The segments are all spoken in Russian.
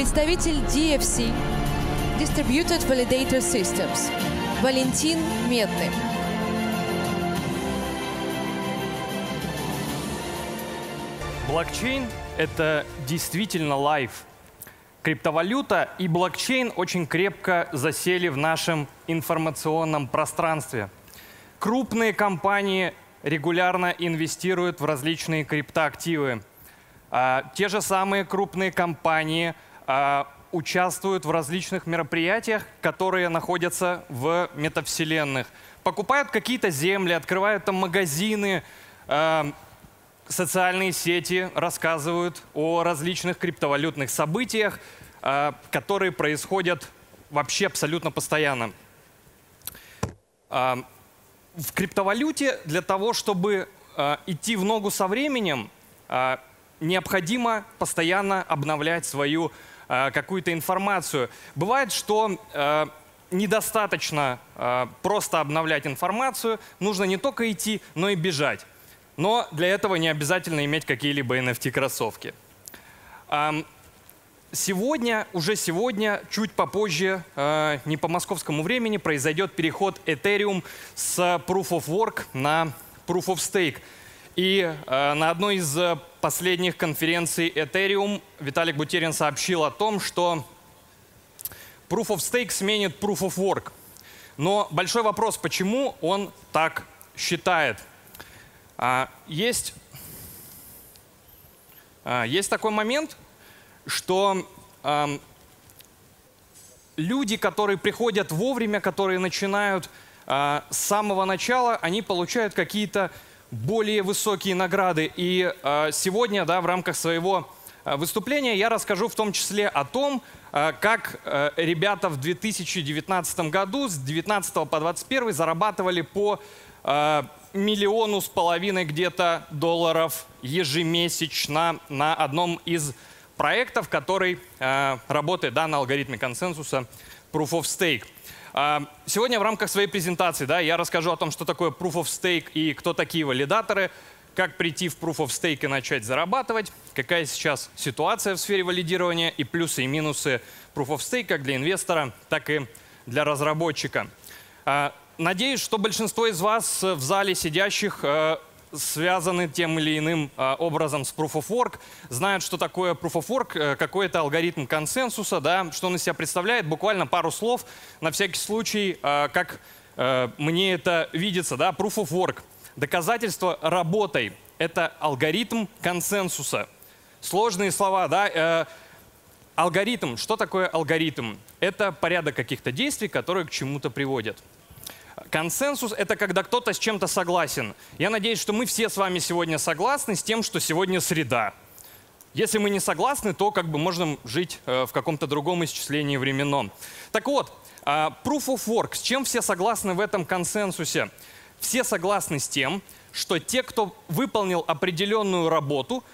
представитель DFC, Distributed Validator Systems, Валентин Медный. Блокчейн – это действительно лайф. Криптовалюта и блокчейн очень крепко засели в нашем информационном пространстве. Крупные компании регулярно инвестируют в различные криптоактивы. Те же самые крупные компании участвуют в различных мероприятиях, которые находятся в метавселенных. Покупают какие-то земли, открывают там магазины, социальные сети рассказывают о различных криптовалютных событиях, которые происходят вообще абсолютно постоянно. В криптовалюте для того, чтобы идти в ногу со временем, необходимо постоянно обновлять свою какую-то информацию. Бывает, что недостаточно просто обновлять информацию, нужно не только идти, но и бежать. Но для этого не обязательно иметь какие-либо NFT-кроссовки. Уже сегодня, чуть попозже, не по московскому времени, произойдет переход Ethereum с Proof of Work на Proof of Stake. И на одной из последних конференций Ethereum Виталик Бутерин сообщил о том, что Proof of Stake сменит Proof of Work. Но большой вопрос, почему он так считает? Есть такой момент, что люди, которые приходят вовремя, которые начинают с самого начала, они получают какие-то более высокие награды. И сегодня, в рамках своего выступления я расскажу в том числе о том, как ребята в 2019 году с 19 по 21 зарабатывали по 1,5 миллиона где-то долларов ежемесячно на одном из проектов, который работает на алгоритме консенсуса Proof of Stake. Сегодня в рамках своей презентации я расскажу о том, что такое Proof of Stake и кто такие валидаторы, как прийти в Proof of Stake и начать зарабатывать, какая сейчас ситуация в сфере валидирования и плюсы и минусы Proof of Stake как для инвестора, так и для разработчика. Надеюсь, что большинство из вас в зале сидящих связаны тем или иным образом с Proof of Work, знают, что такое Proof of Work, какой это алгоритм консенсуса, что он из себя представляет. Буквально пару слов на всякий случай, как мне это видится. Proof of Work. Доказательство работой. Это алгоритм консенсуса. Сложные слова. Алгоритм. Что такое алгоритм? Это порядок каких-то действий, которые к чему-то приводят. Консенсус – это когда кто-то с чем-то согласен. Я надеюсь, что мы все с вами сегодня согласны с тем, что сегодня среда. Если мы не согласны, то можем жить в каком-то другом исчислении временном. Так вот, Proof of Work. С чем все согласны в этом консенсусе? Все согласны с тем, что те, кто выполнил определенную работу,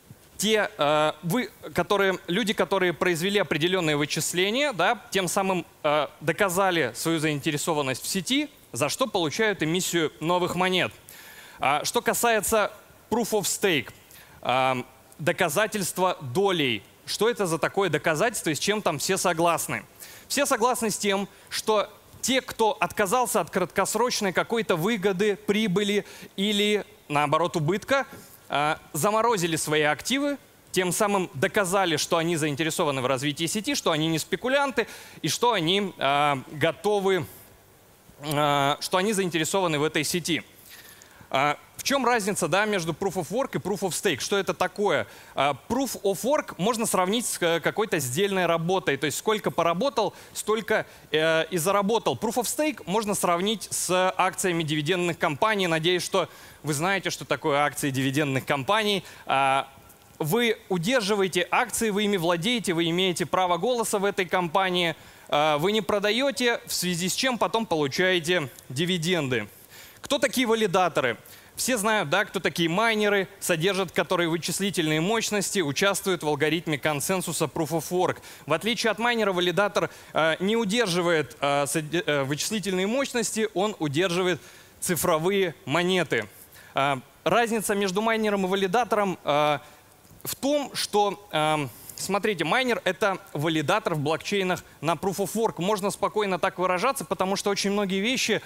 люди, которые произвели определенные вычисления, тем самым доказали свою заинтересованность в сети, за что получают эмиссию новых монет. Что касается Proof of Stake, доказательство долей. Что это за такое доказательство и с чем там все согласны? Все согласны с тем, что те, кто отказался от краткосрочной какой-то выгоды, прибыли или, наоборот, убытка, заморозили свои активы, тем самым доказали, что они заинтересованы в развитии сети, что они не спекулянты и что они заинтересованы в этой сети. В чем разница между Proof of Work и Proof of Stake? Что это такое? Proof of Work можно сравнить с какой-то сдельной работой. То есть сколько поработал, столько и заработал. Proof of Stake можно сравнить с акциями дивидендных компаний. Надеюсь, что вы знаете, что такое акции дивидендных компаний. Вы удерживаете акции, вы ими владеете, вы имеете право голоса в этой компании. Вы не продаете, в связи с чем потом получаете дивиденды. Кто такие валидаторы? Все знают, кто такие майнеры, содержат которые вычислительные мощности, участвуют в алгоритме консенсуса Proof of Work. В отличие от майнера, валидатор не удерживает вычислительные мощности, он удерживает цифровые монеты. Разница между майнером и валидатором в том, что смотрите, майнер — это валидатор в блокчейнах на Proof of Work. Можно спокойно так выражаться, потому что очень многие вещи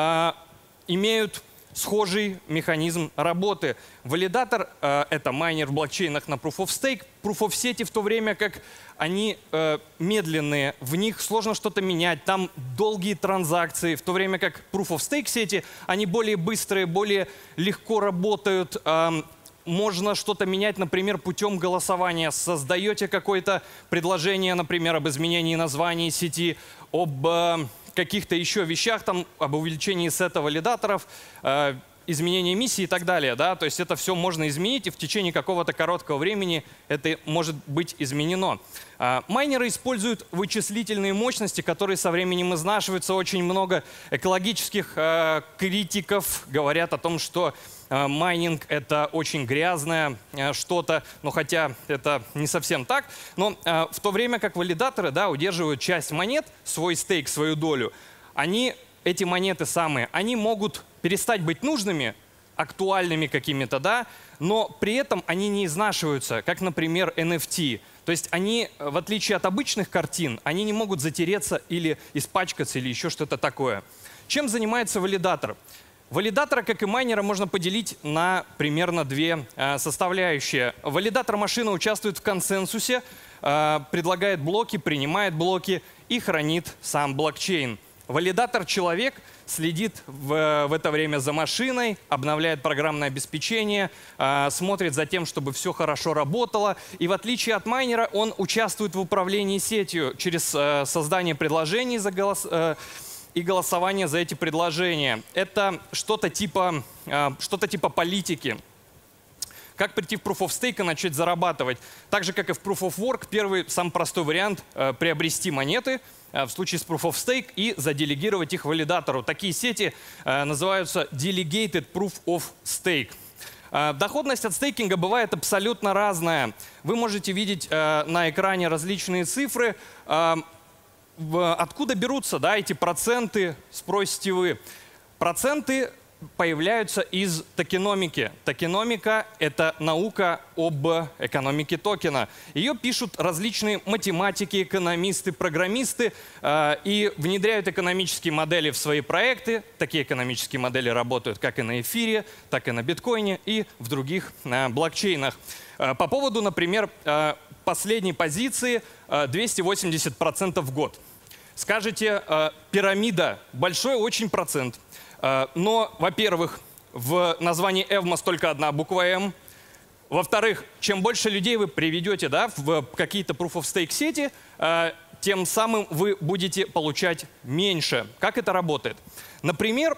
имеют схожий механизм работы. Валидатор — это майнер в блокчейнах на Proof of Stake. Proof of сети, в то время как они медленные, в них сложно что-то менять, там долгие транзакции, в то время как Proof of Stake сети, они более быстрые, более легко работают. Можно что-то менять, например, путем голосования. Создаете какое-то предложение, например, об изменении названия сети, об каких-то еще вещах, там, об увеличении сета валидаторов, изменении миссии и так далее. Да? То есть это все можно изменить, и в течение какого-то короткого времени это может быть изменено. Майнеры используют вычислительные мощности, которые со временем изнашиваются. Очень много экологических критиков говорят о том, что майнинг — это очень грязное что-то, но хотя это не совсем так. Но в то время как валидаторы, да, удерживают часть монет, свой стейк, свою долю, эти монеты самые, они могут перестать быть нужными, актуальными какими-то, да, но при этом они не изнашиваются, как, например, NFT. То есть они, в отличие от обычных картин, они не могут затереться или испачкаться, или еще что-то такое. Чем занимается валидатор? Валидатора, как и майнера, можно поделить на примерно две составляющие. Валидатор машины участвует в консенсусе, предлагает блоки, принимает блоки и хранит сам блокчейн. Валидатор человек следит в это время за машиной, обновляет программное обеспечение, смотрит за тем, чтобы все хорошо работало. И в отличие от майнера, он участвует в управлении сетью через создание предложений и голосование за эти предложения. Это что-то типа политики. Как прийти в Proof of Stake и начать зарабатывать? Так же, как и в Proof of Work, первый, самый простой вариант — приобрести монеты в случае с Proof of Stake и заделегировать их валидатору. Такие сети называются Delegated Proof of Stake. Доходность от стейкинга бывает абсолютно разная. Вы можете видеть на экране различные цифры. Откуда берутся, да, эти проценты, спросите вы? Проценты появляются из токеномики. Токеномика — это наука об экономике токена. Ее пишут различные математики, экономисты, программисты и внедряют экономические модели в свои проекты. Такие экономические модели работают как и на эфире, так и на биткоине и в других блокчейнах. По поводу, например, последней позиции 280% в год. Скажете, пирамида — большой очень процент. Но, во-первых, в названии Evmos только одна буква «М». Во-вторых, чем больше людей вы приведете, да, в какие-то Proof of Stake сети, тем самым вы будете получать меньше. Как это работает? Например,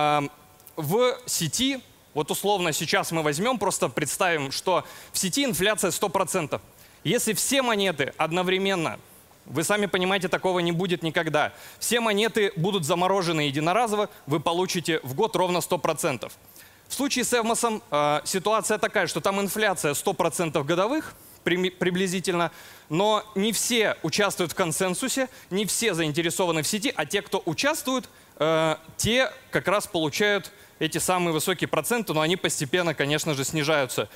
в сети, вот условно сейчас мы возьмем, просто представим, что в сети инфляция 100%. Если все монеты одновременно, вы сами понимаете, такого не будет никогда. Все монеты будут заморожены единоразово, вы получите в год ровно 100%. В случае с Evmos ситуация такая, что там инфляция 100% годовых, приблизительно, но не все участвуют в консенсусе, не все заинтересованы в сети, а те, кто участвуют, те как раз получают эти самые высокие проценты, но они постепенно, конечно же, снижаются.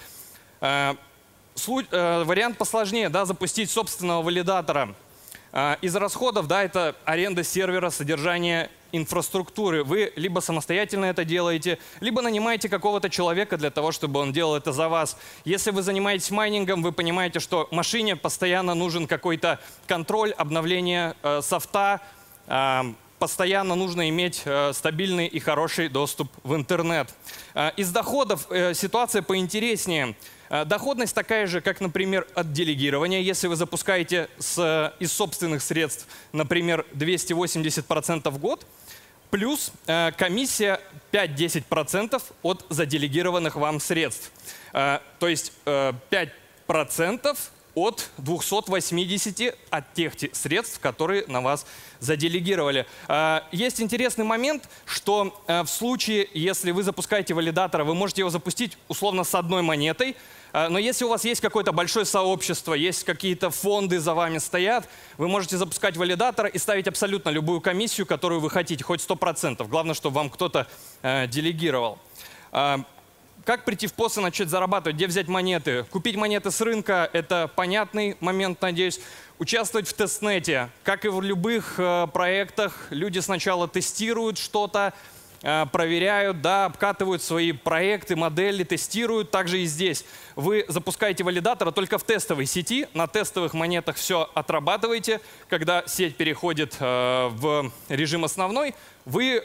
Вариант посложнее, да, запустить собственного валидатора. Из расходов, да, это аренда сервера, содержание инфраструктуры. Вы либо самостоятельно это делаете, либо нанимаете какого-то человека для того, чтобы он делал это за вас. Если вы занимаетесь майнингом, вы понимаете, что машине постоянно нужен какой-то контроль, обновление софта, постоянно нужно иметь стабильный и хороший доступ в интернет. Из доходов ситуация поинтереснее. Доходность такая же, как, например, от делегирования. Если вы запускаете из собственных средств, например, 280% в год, плюс комиссия 5-10% от заделегированных вам средств. То есть 5% от 280 от тех средств, которые на вас заделегировали. Есть интересный момент, что в случае, если вы запускаете валидатора, вы можете его запустить условно с одной монетой, но если у вас есть какое-то большое сообщество, есть какие-то фонды за вами стоят, вы можете запускать валидатор и ставить абсолютно любую комиссию, которую вы хотите, хоть 100%. Главное, чтобы вам кто-то делегировал. Как прийти в ПОС и начать зарабатывать? Где взять монеты? Купить монеты с рынка – это понятный момент, надеюсь. Участвовать в тестнете. Как и в любых проектах, люди сначала тестируют что-то, проверяют, да, обкатывают свои проекты, модели, тестируют. Также и здесь. Вы запускаете валидатора только в тестовой сети, на тестовых монетах все отрабатываете. Когда сеть переходит в режим основной, вы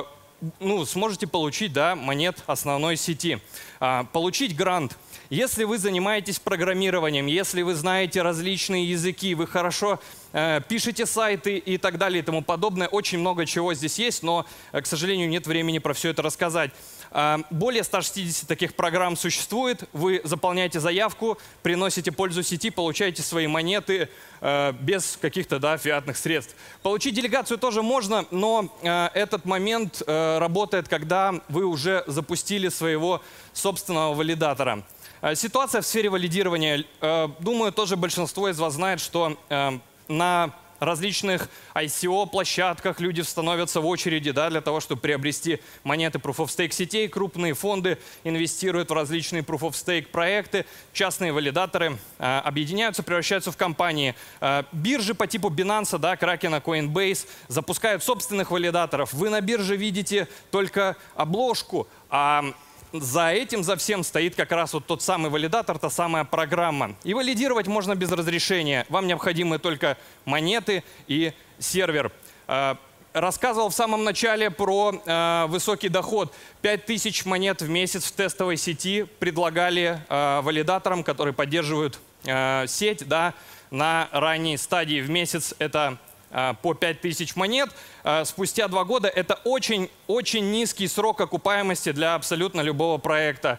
сможете получить, да, монет основной сети. Получить грант. Если вы занимаетесь программированием, если вы знаете различные языки, вы хорошо пишете сайты и так далее и тому подобное, очень много чего здесь есть, но, к сожалению, нет времени про все это рассказать. Более 160 таких программ существует. Вы заполняете заявку, приносите пользу сети, получаете свои монеты без каких-то, да, фиатных средств. Получить делегацию тоже можно, но этот момент работает, когда вы уже запустили своего собственного валидатора. Ситуация в сфере валидирования. Думаю, тоже большинство из вас знает, что на различных ICO-площадках люди становятся в очереди, да, для того, чтобы приобрести монеты Proof of Stake сетей. Крупные фонды инвестируют в различные Proof of Stake проекты. Частные валидаторы объединяются, превращаются в компании. Биржи по типу Binance, да, Kraken, Coinbase запускают собственных валидаторов. Вы на бирже видите только обложку, а за этим, за всем стоит как раз вот тот самый валидатор, та самая программа. И валидировать можно без разрешения. Вам необходимы только монеты и сервер. Рассказывал в самом начале про высокий доход. 5000 монет в месяц в тестовой сети предлагали валидаторам, которые поддерживают сеть, да, на ранней стадии. В месяц это по 5000 монет. Спустя 2 года это очень низкий срок окупаемости для абсолютно любого проекта.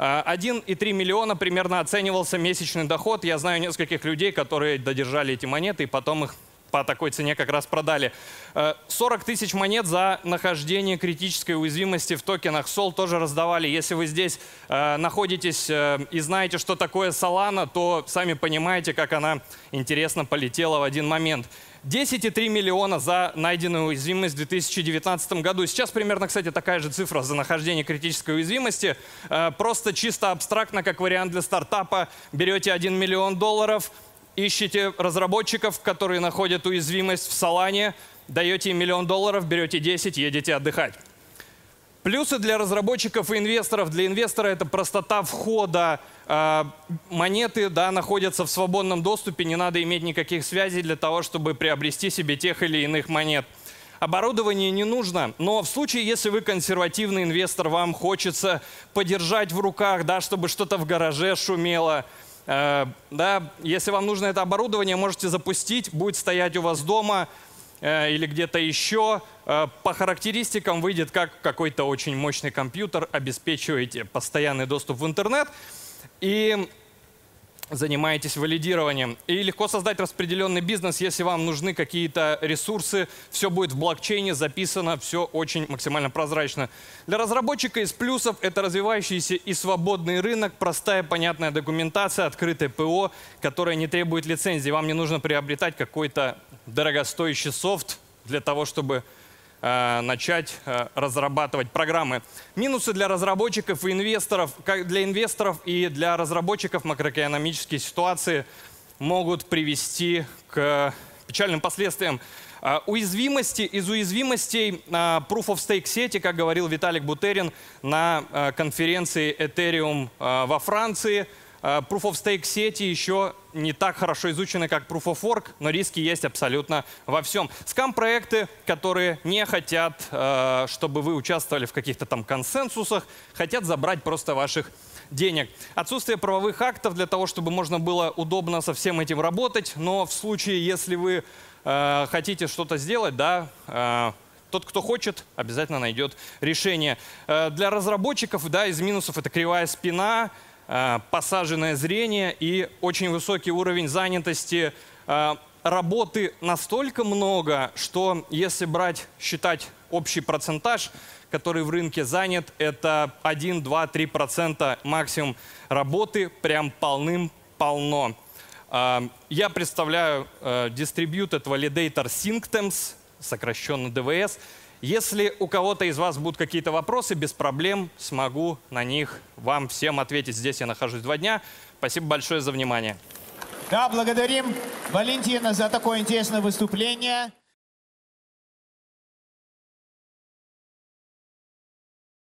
1,3 миллиона примерно оценивался месячный доход. Я знаю нескольких людей, которые додержали эти монеты и потом их по такой цене как раз продали. 40 тысяч монет за нахождение критической уязвимости в токенах SOL тоже раздавали. Если вы здесь находитесь и знаете, что такое Solana, то сами понимаете, как она интересно полетела в один момент. 10,3 миллиона за найденную уязвимость в 2019 году. Сейчас примерно, кстати, такая же цифра за нахождение критической уязвимости. Просто чисто абстрактно, как вариант для стартапа, берете 1 миллион долларов, ищете разработчиков, которые находят уязвимость в Solana, даете им $1 миллион, берете 10, едете отдыхать. Плюсы для разработчиков и инвесторов. Для инвестора это простота входа. Монеты, да, находятся в свободном доступе, не надо иметь никаких связей для того, чтобы приобрести себе тех или иных монет. Оборудование не нужно, но в случае, если вы консервативный инвестор, вам хочется подержать в руках, да, чтобы что-то в гараже шумело. Да, если вам нужно это оборудование, можете запустить, будет стоять у вас дома или где-то еще. По характеристикам выйдет как какой-то очень мощный компьютер, обеспечиваете постоянный доступ в интернет и занимаетесь валидированием. И легко создать распределенный бизнес, если вам нужны какие-то ресурсы. Все будет в блокчейне записано, все очень максимально прозрачно. Для разработчика из плюсов это развивающийся и свободный рынок, простая понятная документация, открытое ПО, которое не требует лицензии. Вам не нужно приобретать какой-то дорогостоящий софт для того, чтобы начать разрабатывать программы. Минусы для разработчиков и инвесторов. Как для инвесторов и для разработчиков макроэкономические ситуации могут привести к печальным последствиям. Из уязвимостей Proof of Stake сети, как говорил Виталик Бутерин на конференции Ethereum во Франции, Proof of Stake сети еще не так хорошо изучены, как Proof of Work, но риски есть абсолютно во всем. Скам-проекты, которые не хотят, чтобы вы участвовали в каких-то там консенсусах, хотят забрать просто ваших денег. Отсутствие правовых актов для того, чтобы можно было удобно со всем этим работать, но в случае, если вы хотите что-то сделать, да, тот, кто хочет, обязательно найдет решение. Для разработчиков, да, из минусов это кривая спина, посаженное зрение и очень высокий уровень занятости. Работы настолько много, что если считать общий процентаж, который в рынке занят, это 1, 2, 3% максимум работы, прям полным-полно. Я представляю Distributed Validator Systems, сокращенно ДВС. Если у кого-то из вас будут какие-то вопросы, без проблем смогу на них вам всем ответить. Здесь я нахожусь 2 дня. Спасибо большое за внимание. Да, благодарим Валентина за такое интересное выступление.